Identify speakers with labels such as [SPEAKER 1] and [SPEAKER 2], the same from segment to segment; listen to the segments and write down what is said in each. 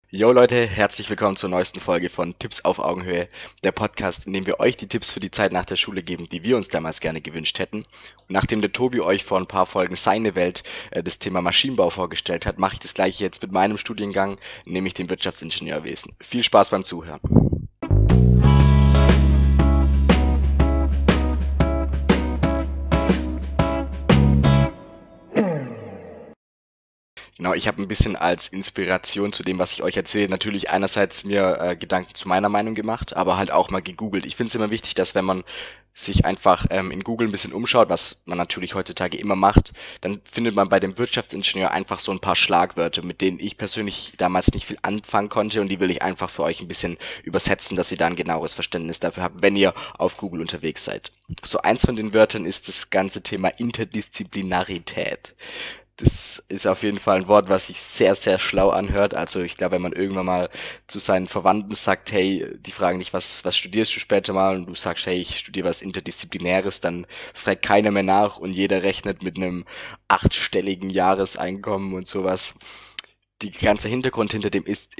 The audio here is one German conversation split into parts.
[SPEAKER 1] Jo Leute, herzlich willkommen zur neuesten Folge von Tipps auf Augenhöhe, der Podcast, in dem wir euch die Tipps für die Zeit nach der Schule geben, die wir uns damals gerne gewünscht hätten. Und nachdem der Tobi euch vor ein paar Folgen seine Welt, das Thema Maschinenbau vorgestellt hat, mache ich das gleiche jetzt mit meinem Studiengang, nämlich dem Wirtschaftsingenieurwesen. Viel Spaß beim Zuhören. Genau, ich habe ein bisschen als Inspiration zu dem, was ich euch erzähle, natürlich einerseits mir Gedanken zu meiner Meinung gemacht, aber halt auch mal gegoogelt. Ich finde es immer wichtig, dass wenn man sich einfach in Google ein bisschen umschaut, was man natürlich heutzutage immer macht, dann findet man bei dem Wirtschaftsingenieur einfach so ein paar Schlagwörter, mit denen ich persönlich damals nicht viel anfangen konnte und die will ich einfach für euch ein bisschen übersetzen, dass ihr da ein genaueres Verständnis dafür habt, wenn ihr auf Google unterwegs seid. So eins von den Wörtern ist das ganze Thema Interdisziplinarität. Das ist auf jeden Fall ein Wort, was sich sehr, sehr schlau anhört. Also ich glaube, wenn man irgendwann mal zu seinen Verwandten sagt, hey, die fragen dich, was studierst du später mal? Und du sagst, hey, ich studiere was Interdisziplinäres, dann fragt keiner mehr nach und jeder rechnet mit einem achtstelligen Jahreseinkommen und sowas. Die ganze Hintergrund hinter dem ist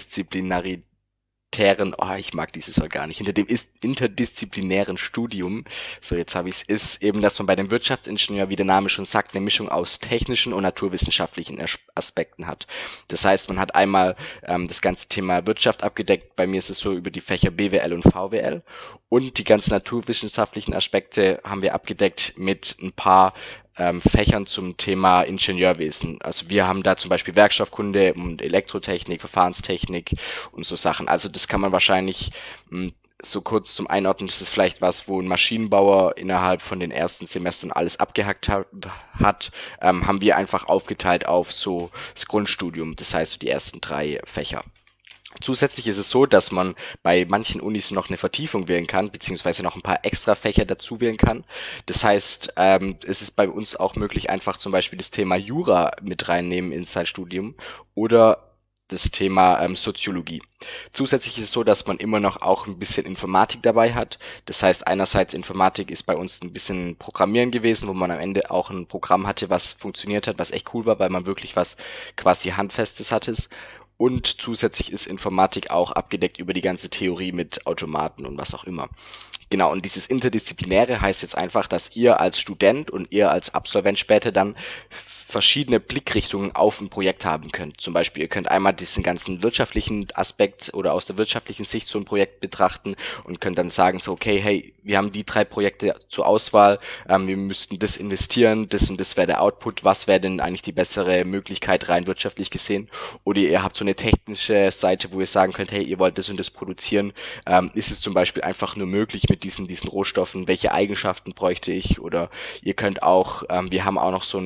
[SPEAKER 1] ich mag dieses Wort gar nicht, hinter dem ist interdisziplinären Studium, so jetzt habe ich es, ist eben, dass man bei dem Wirtschaftsingenieur, wie der Name schon sagt, eine Mischung aus technischen und naturwissenschaftlichen Aspekten hat. Das heißt, man hat einmal das ganze Thema Wirtschaft abgedeckt, bei mir ist es so über die Fächer BWL und VWL und die ganzen naturwissenschaftlichen Aspekte haben wir abgedeckt mit ein paar Fächern zum Thema Ingenieurwesen. Also wir haben da zum Beispiel Werkstoffkunde und Elektrotechnik, Verfahrenstechnik und so Sachen. Also das kann man wahrscheinlich so kurz zum Einordnen, das ist vielleicht was, wo ein Maschinenbauer innerhalb von den ersten Semestern alles abgehackt hat, haben wir einfach aufgeteilt auf so das Grundstudium, das heißt so die ersten drei Fächer. Zusätzlich ist es so, dass man bei manchen Unis noch eine Vertiefung wählen kann, beziehungsweise noch ein paar extra Fächer dazu wählen kann. Das heißt, es ist bei uns auch möglich, einfach zum Beispiel das Thema Jura mit reinnehmen ins sein Studium oder das Thema Soziologie. Zusätzlich ist es so, dass man immer noch auch ein bisschen Informatik dabei hat. Das heißt, einerseits Informatik ist bei uns ein bisschen Programmieren gewesen, wo man am Ende auch ein Programm hatte, was funktioniert hat, was echt cool war, weil man wirklich was quasi Handfestes hatte. Und zusätzlich ist Informatik auch abgedeckt über die ganze Theorie mit Automaten und was auch immer. Genau, und dieses Interdisziplinäre heißt jetzt einfach, dass ihr als Student und ihr als Absolvent später dann verschiedene Blickrichtungen auf ein Projekt haben könnt. Zum Beispiel, ihr könnt einmal diesen ganzen wirtschaftlichen Aspekt oder aus der wirtschaftlichen Sicht so ein Projekt betrachten und könnt dann sagen so, okay, hey, wir haben die drei Projekte zur Auswahl, wir müssten das investieren, das und das wäre der Output, was wäre denn eigentlich die bessere Möglichkeit rein wirtschaftlich gesehen? Oder ihr habt so eine technische Seite, wo ihr sagen könnt, hey, ihr wollt das und das produzieren, ist es zum Beispiel einfach nur möglich mit diesen Rohstoffen, welche Eigenschaften bräuchte ich? Oder ihr könnt auch, wir haben auch noch so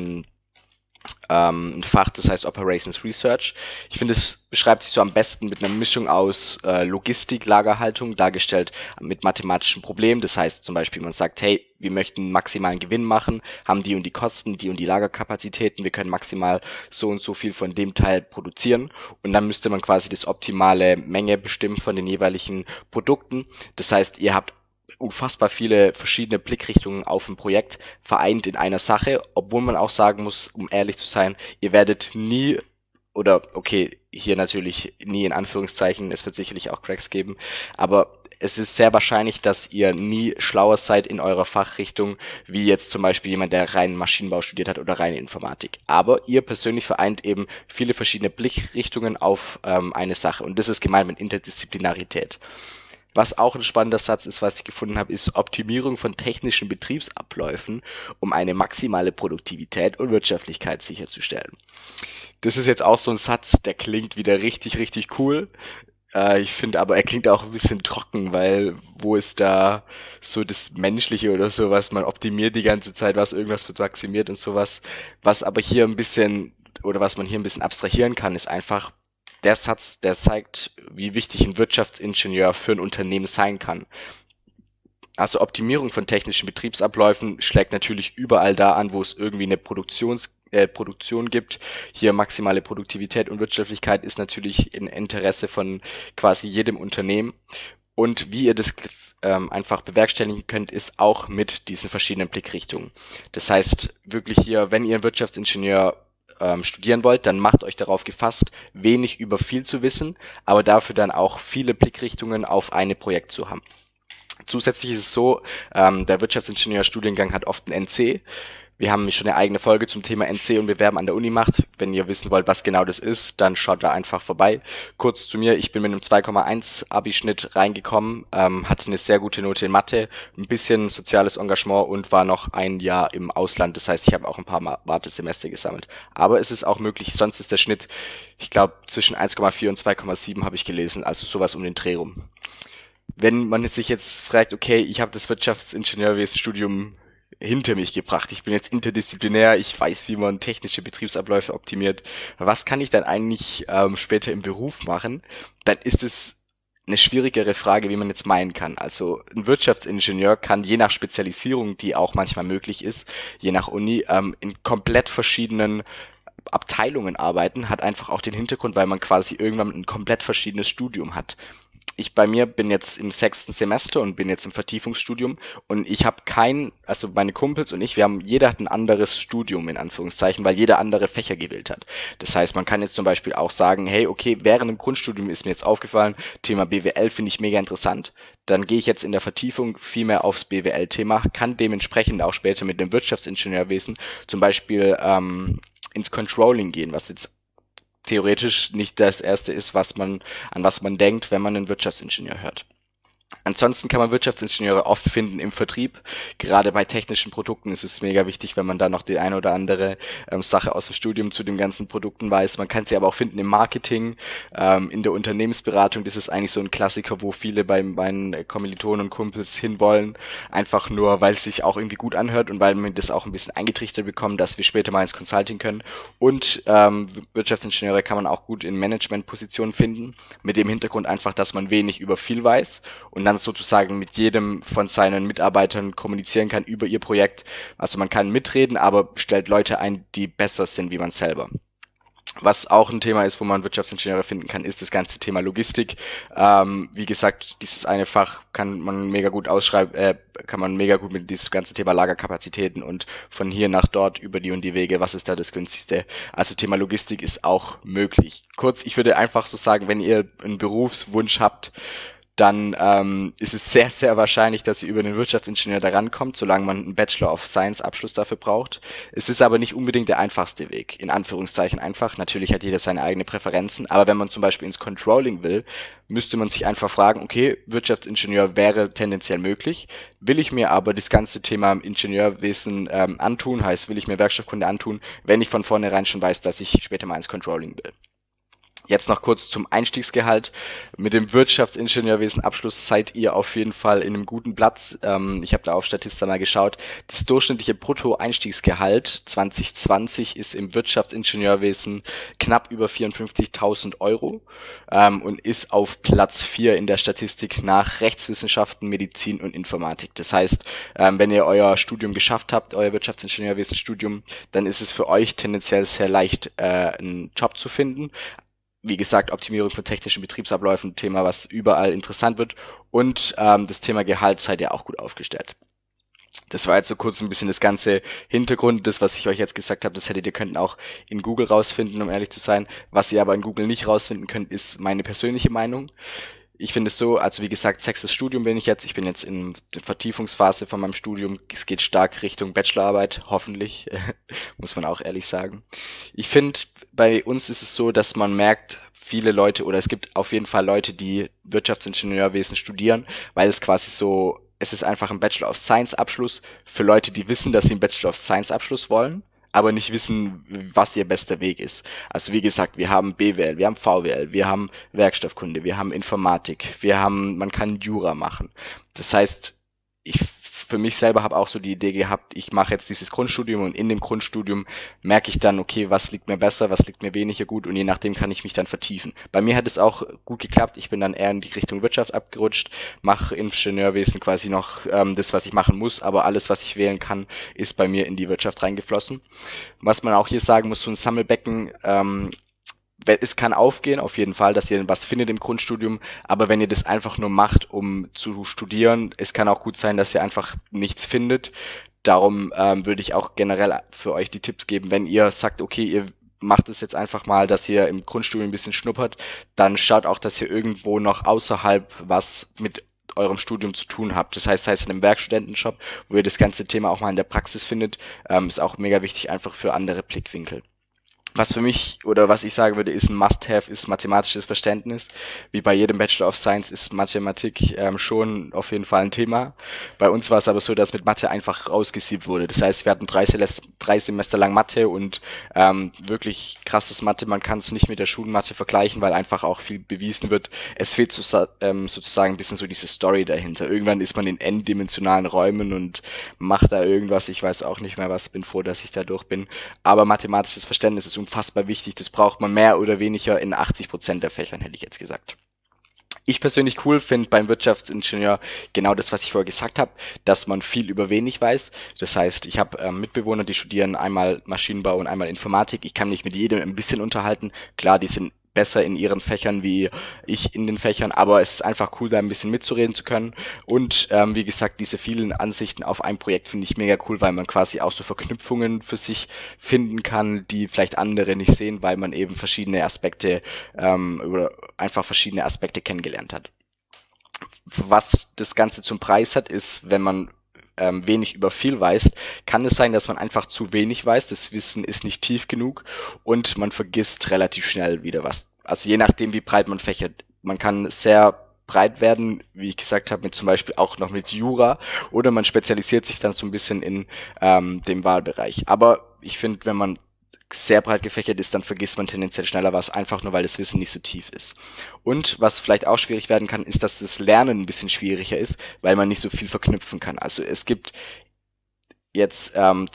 [SPEAKER 1] ein Fach, das heißt Operations Research. Ich finde, es beschreibt sich so am besten mit einer Mischung aus Logistik, Lagerhaltung, dargestellt mit mathematischen Problemen. Das heißt zum Beispiel, man sagt, hey, wir möchten maximalen Gewinn machen, haben die und die Kosten, die und die Lagerkapazitäten, wir können maximal so und so viel von dem Teil produzieren und dann müsste man quasi das optimale Menge bestimmen von den jeweiligen Produkten. Das heißt, ihr habt unfassbar viele verschiedene Blickrichtungen auf ein Projekt vereint in einer Sache, obwohl man auch sagen muss, um ehrlich zu sein, ihr werdet nie oder okay, hier natürlich nie in Anführungszeichen, es wird sicherlich auch Cracks geben, aber es ist sehr wahrscheinlich, dass ihr nie schlauer seid in eurer Fachrichtung, wie jetzt zum Beispiel jemand, der rein Maschinenbau studiert hat oder reine Informatik. Aber ihr persönlich vereint eben viele verschiedene Blickrichtungen auf eine Sache und das ist gemeint mit Interdisziplinarität. Was auch ein spannender Satz ist, was ich gefunden habe, ist Optimierung von technischen Betriebsabläufen, um eine maximale Produktivität und Wirtschaftlichkeit sicherzustellen. Das ist jetzt auch so ein Satz, der klingt wieder richtig, richtig cool. Ich finde aber, er klingt auch ein bisschen trocken, weil wo ist da so das Menschliche oder sowas? Man optimiert die ganze Zeit was, irgendwas wird maximiert und sowas. Was aber hier ein bisschen, oder was man hier ein bisschen abstrahieren kann, ist einfach der Satz, der zeigt, wie wichtig ein Wirtschaftsingenieur für ein Unternehmen sein kann. Also Optimierung von technischen Betriebsabläufen schlägt natürlich überall da an, wo es irgendwie eine Produktion gibt. Hier maximale Produktivität und Wirtschaftlichkeit ist natürlich in Interesse von quasi jedem Unternehmen. Und wie ihr das einfach bewerkstelligen könnt, ist auch mit diesen verschiedenen Blickrichtungen. Das heißt, wirklich hier, wenn ihr einen Wirtschaftsingenieur studieren wollt, dann macht euch darauf gefasst, wenig über viel zu wissen, aber dafür dann auch viele Blickrichtungen auf eine Projekt zu haben. Zusätzlich ist es so, der Wirtschaftsingenieurstudiengang hat oft ein NC. Wir haben schon eine eigene Folge zum Thema NC und Bewerben an der Uni gemacht. Wenn ihr wissen wollt, was genau das ist, dann schaut da einfach vorbei. Kurz zu mir, ich bin mit einem 2,1 Abischnitt reingekommen, hatte eine sehr gute Note in Mathe, ein bisschen soziales Engagement und war noch ein Jahr im Ausland. Das heißt, ich habe auch ein paar Wartesemester gesammelt. Aber es ist auch möglich, sonst ist der Schnitt, ich glaube, zwischen 1,4 und 2,7 habe ich gelesen, also sowas um den Dreh rum. Wenn man sich jetzt fragt, okay, ich habe das Wirtschaftsingenieurwesenstudium hinter mich gebracht, ich bin jetzt interdisziplinär, ich weiß, wie man technische Betriebsabläufe optimiert, was kann ich dann eigentlich später im Beruf machen, dann ist es eine schwierigere Frage, wie man jetzt meinen kann. Also ein Wirtschaftsingenieur kann je nach Spezialisierung, die auch manchmal möglich ist, je nach Uni, in komplett verschiedenen Abteilungen arbeiten, hat einfach auch den Hintergrund, weil man quasi irgendwann ein komplett verschiedenes Studium hat. Ich bei mir bin jetzt im 6. Semester und bin jetzt im Vertiefungsstudium und ich habe also meine Kumpels und ich, jeder hat ein anderes Studium in Anführungszeichen, weil jeder andere Fächer gewählt hat. Das heißt, man kann jetzt zum Beispiel auch sagen, hey, okay, während dem Grundstudium ist mir jetzt aufgefallen, Thema BWL finde ich mega interessant. Dann gehe ich jetzt in der Vertiefung viel mehr aufs BWL-Thema, kann dementsprechend auch später mit dem Wirtschaftsingenieurwesen zum Beispiel ins Controlling gehen, was jetzt theoretisch nicht das erste ist, an was man denkt, wenn man einen Wirtschaftsingenieur hört. Ansonsten kann man Wirtschaftsingenieure oft finden im Vertrieb. Gerade bei technischen Produkten ist es mega wichtig, wenn man da noch die eine oder andere Sache aus dem Studium zu den ganzen Produkten weiß. Man kann sie aber auch finden im Marketing, in der Unternehmensberatung. Das ist eigentlich so ein Klassiker, wo viele bei meinen Kommilitonen und Kumpels hinwollen. Einfach nur, weil es sich auch irgendwie gut anhört und weil wir das auch ein bisschen eingetrichtert bekommen, dass wir später mal ins Consulting können. Und Wirtschaftsingenieure kann man auch gut in Managementpositionen finden. Mit dem Hintergrund einfach, dass man wenig über viel weiß und dann sozusagen mit jedem von seinen Mitarbeitern kommunizieren kann über ihr Projekt. Also man kann mitreden, aber stellt Leute ein, die besser sind wie man selber. Was auch ein Thema ist, wo man Wirtschaftsingenieure finden kann, ist das ganze Thema Logistik. Wie gesagt, dieses eine Fach kann man mega gut kann man mega gut mit dieses ganze Thema Lagerkapazitäten und von hier nach dort über die und die Wege, was ist da das günstigste? Also Thema Logistik ist auch möglich. Kurz, ich würde einfach so sagen, wenn ihr einen Berufswunsch habt, dann ist es sehr, sehr wahrscheinlich, dass ihr über den Wirtschaftsingenieur da rankommt, solange man einen Bachelor of Science Abschluss dafür braucht. Es ist aber nicht unbedingt der einfachste Weg, in Anführungszeichen einfach. Natürlich hat jeder seine eigenen Präferenzen, aber wenn man zum Beispiel ins Controlling will, müsste man sich einfach fragen, okay, Wirtschaftsingenieur wäre tendenziell möglich, will ich mir aber das ganze Thema Ingenieurwesen antun, heißt, will ich mir Werkstoffkunde antun, wenn ich von vornherein schon weiß, dass ich später mal ins Controlling will. Jetzt noch kurz zum Einstiegsgehalt. Mit dem Wirtschaftsingenieurwesen-Abschluss seid ihr auf jeden Fall in einem guten Platz. Ich habe da auf Statista mal geschaut. Das durchschnittliche Brutto-Einstiegsgehalt 2020 ist im Wirtschaftsingenieurwesen knapp über 54.000 Euro und ist auf Platz 4 in der Statistik nach Rechtswissenschaften, Medizin und Informatik. Das heißt, wenn ihr euer Studium geschafft habt, euer Wirtschaftsingenieurwesen-Studium, dann ist es für euch tendenziell sehr leicht, einen Job zu finden. Wie gesagt, Optimierung von technischen Betriebsabläufen, Thema, was überall interessant wird. Und das Thema Gehalt seid ihr auch gut aufgestellt. Das war jetzt so kurz ein bisschen das ganze Hintergrund. Das, was ich euch jetzt gesagt habe, das ihr könnten auch in Google rausfinden, um ehrlich zu sein. Was ihr aber in Google nicht rausfinden könnt, ist meine persönliche Meinung. Ich finde es so, also wie gesagt, 6. Studium ich bin jetzt in der Vertiefungsphase von meinem Studium, es geht stark Richtung Bachelorarbeit, hoffentlich, muss man auch ehrlich sagen. Ich finde, bei uns ist es so, dass man merkt, viele Leute, oder es gibt auf jeden Fall Leute, die Wirtschaftsingenieurwesen studieren, weil es quasi so, es ist einfach ein Bachelor of Science Abschluss für Leute, die wissen, dass sie einen Bachelor of Science Abschluss wollen, aber nicht wissen, was ihr bester Weg ist. Also wie gesagt, wir haben BWL, wir haben VWL, wir haben Werkstoffkunde, wir haben Informatik, man kann Jura machen. Das heißt, ich für mich selber habe auch so die Idee gehabt, ich mache jetzt dieses Grundstudium und in dem Grundstudium merke ich dann, okay, was liegt mir besser, was liegt mir weniger gut und je nachdem kann ich mich dann vertiefen. Bei mir hat es auch gut geklappt, ich bin dann eher in die Richtung Wirtschaft abgerutscht, mache Ingenieurwesen quasi noch das, was ich machen muss, aber alles, was ich wählen kann, ist bei mir in die Wirtschaft reingeflossen. Was man auch hier sagen muss, so ein Sammelbecken, es kann aufgehen, auf jeden Fall, dass ihr was findet im Grundstudium, aber wenn ihr das einfach nur macht, um zu studieren, es kann auch gut sein, dass ihr einfach nichts findet. Darum würde ich auch generell für euch die Tipps geben, wenn ihr sagt, okay, ihr macht es jetzt einfach mal, dass ihr im Grundstudium ein bisschen schnuppert, dann schaut auch, dass ihr irgendwo noch außerhalb was mit eurem Studium zu tun habt. Das heißt, sei es in einem Werkstudentenjob, wo ihr das ganze Thema auch mal in der Praxis findet, ist auch mega wichtig einfach für andere Blickwinkel. Was für mich oder was ich sagen würde, ist ein Must-have, ist mathematisches Verständnis. Wie bei jedem Bachelor of Science ist Mathematik schon auf jeden Fall ein Thema. Bei uns war es aber so, dass mit Mathe einfach rausgesiebt wurde. Das heißt, wir hatten 3 Semester lang Mathe und wirklich krasses Mathe. Man kann es nicht mit der Schulmathe vergleichen, weil einfach auch viel bewiesen wird. Es fehlt sozusagen ein bisschen so diese Story dahinter. Irgendwann ist man in n-dimensionalen Räumen und macht da irgendwas. Ich weiß auch nicht mehr was, bin froh, dass ich da durch bin. Aber mathematisches Verständnis ist unfassbar wichtig. Das braucht man mehr oder weniger in 80% der Fächern, hätte ich jetzt gesagt. Ich persönlich cool finde beim Wirtschaftsingenieur genau das, was ich vorher gesagt habe, dass man viel über wenig weiß. Das heißt, ich habe Mitbewohner, die studieren einmal Maschinenbau und einmal Informatik. Ich kann mich mit jedem ein bisschen unterhalten. Klar, die sind besser in ihren Fächern wie ich in den Fächern, aber es ist einfach cool, da ein bisschen mitzureden zu können. Und wie gesagt, diese vielen Ansichten auf ein Projekt finde ich mega cool, weil man quasi auch so Verknüpfungen für sich finden kann, die vielleicht andere nicht sehen, weil man eben verschiedene Aspekte oder einfach verschiedene Aspekte kennengelernt hat. Was das Ganze zum Preis hat, ist, wenn man wenig über viel weiß, kann es sein, dass man einfach zu wenig weiß. Das Wissen ist nicht tief genug und man vergisst relativ schnell wieder was. Also je nachdem, wie breit man fächert. Man kann sehr breit werden, wie ich gesagt habe, mit zum Beispiel auch noch mit Jura oder man spezialisiert sich dann so ein bisschen in dem Wahlbereich. Aber ich finde, wenn man sehr breit gefächert ist, dann vergisst man tendenziell schneller was, einfach nur weil das Wissen nicht so tief ist. Und was vielleicht auch schwierig werden kann, ist, dass das Lernen ein bisschen schwieriger ist, weil man nicht so viel verknüpfen kann. Also es gibt jetzt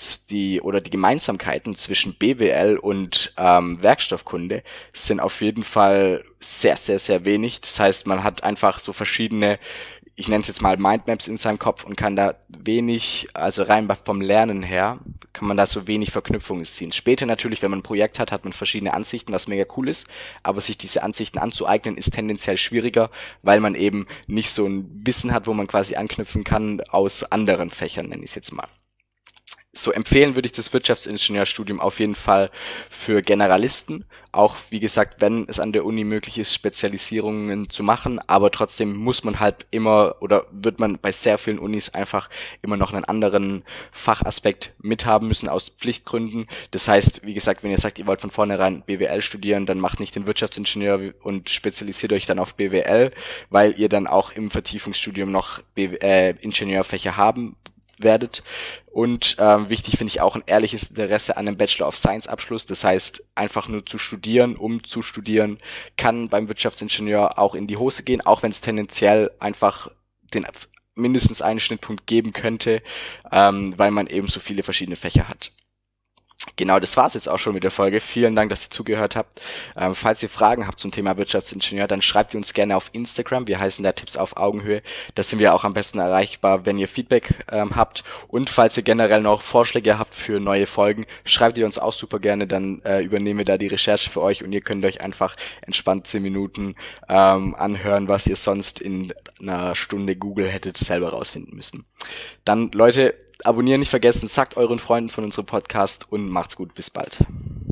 [SPEAKER 1] die Gemeinsamkeiten zwischen BWL und Werkstoffkunde sind auf jeden Fall sehr, sehr, sehr wenig. Das heißt, man hat einfach so verschiedene, ich nenne es jetzt mal Mindmaps in seinem Kopf und kann da wenig, also rein vom Lernen her, kann man da so wenig Verknüpfungen ziehen. Später natürlich, wenn man ein Projekt hat, hat man verschiedene Ansichten, was mega cool ist, aber sich diese Ansichten anzueignen, ist tendenziell schwieriger, weil man eben nicht so ein Wissen hat, wo man quasi anknüpfen kann aus anderen Fächern, nenne ich es jetzt mal. So empfehlen würde ich das Wirtschaftsingenieurstudium auf jeden Fall für Generalisten. Auch, wie gesagt, wenn es an der Uni möglich ist, Spezialisierungen zu machen. Aber trotzdem muss man halt immer oder wird man bei sehr vielen Unis einfach immer noch einen anderen Fachaspekt mithaben müssen aus Pflichtgründen. Das heißt, wie gesagt, wenn ihr sagt, ihr wollt von vornherein BWL studieren, dann macht nicht den Wirtschaftsingenieur und spezialisiert euch dann auf BWL, weil ihr dann auch im Vertiefungsstudium noch Ingenieurfächer haben werdet. Und wichtig finde ich auch ein ehrliches Interesse an einem Bachelor of Science Abschluss. Das heißt, einfach nur zu studieren, um zu studieren, kann beim Wirtschaftsingenieur auch in die Hose gehen, auch wenn es tendenziell einfach den mindestens einen Schnittpunkt geben könnte, weil man eben so viele verschiedene Fächer hat. Genau, das war's jetzt auch schon mit der Folge. Vielen Dank, dass ihr zugehört habt. Falls ihr Fragen habt zum Thema Wirtschaftsingenieur, dann schreibt ihr uns gerne auf Instagram. Wir heißen da Tipps auf Augenhöhe. Da sind wir auch am besten erreichbar, wenn ihr Feedback habt. Und falls ihr generell noch Vorschläge habt für neue Folgen, schreibt ihr uns auch super gerne. Dann übernehmen wir da die Recherche für euch und ihr könnt euch einfach entspannt 10 Minuten anhören, was ihr sonst in einer Stunde Google hättet selber rausfinden müssen. Dann, Leute, abonnieren nicht vergessen, sagt euren Freunden von unserem Podcast und macht's gut, bis bald.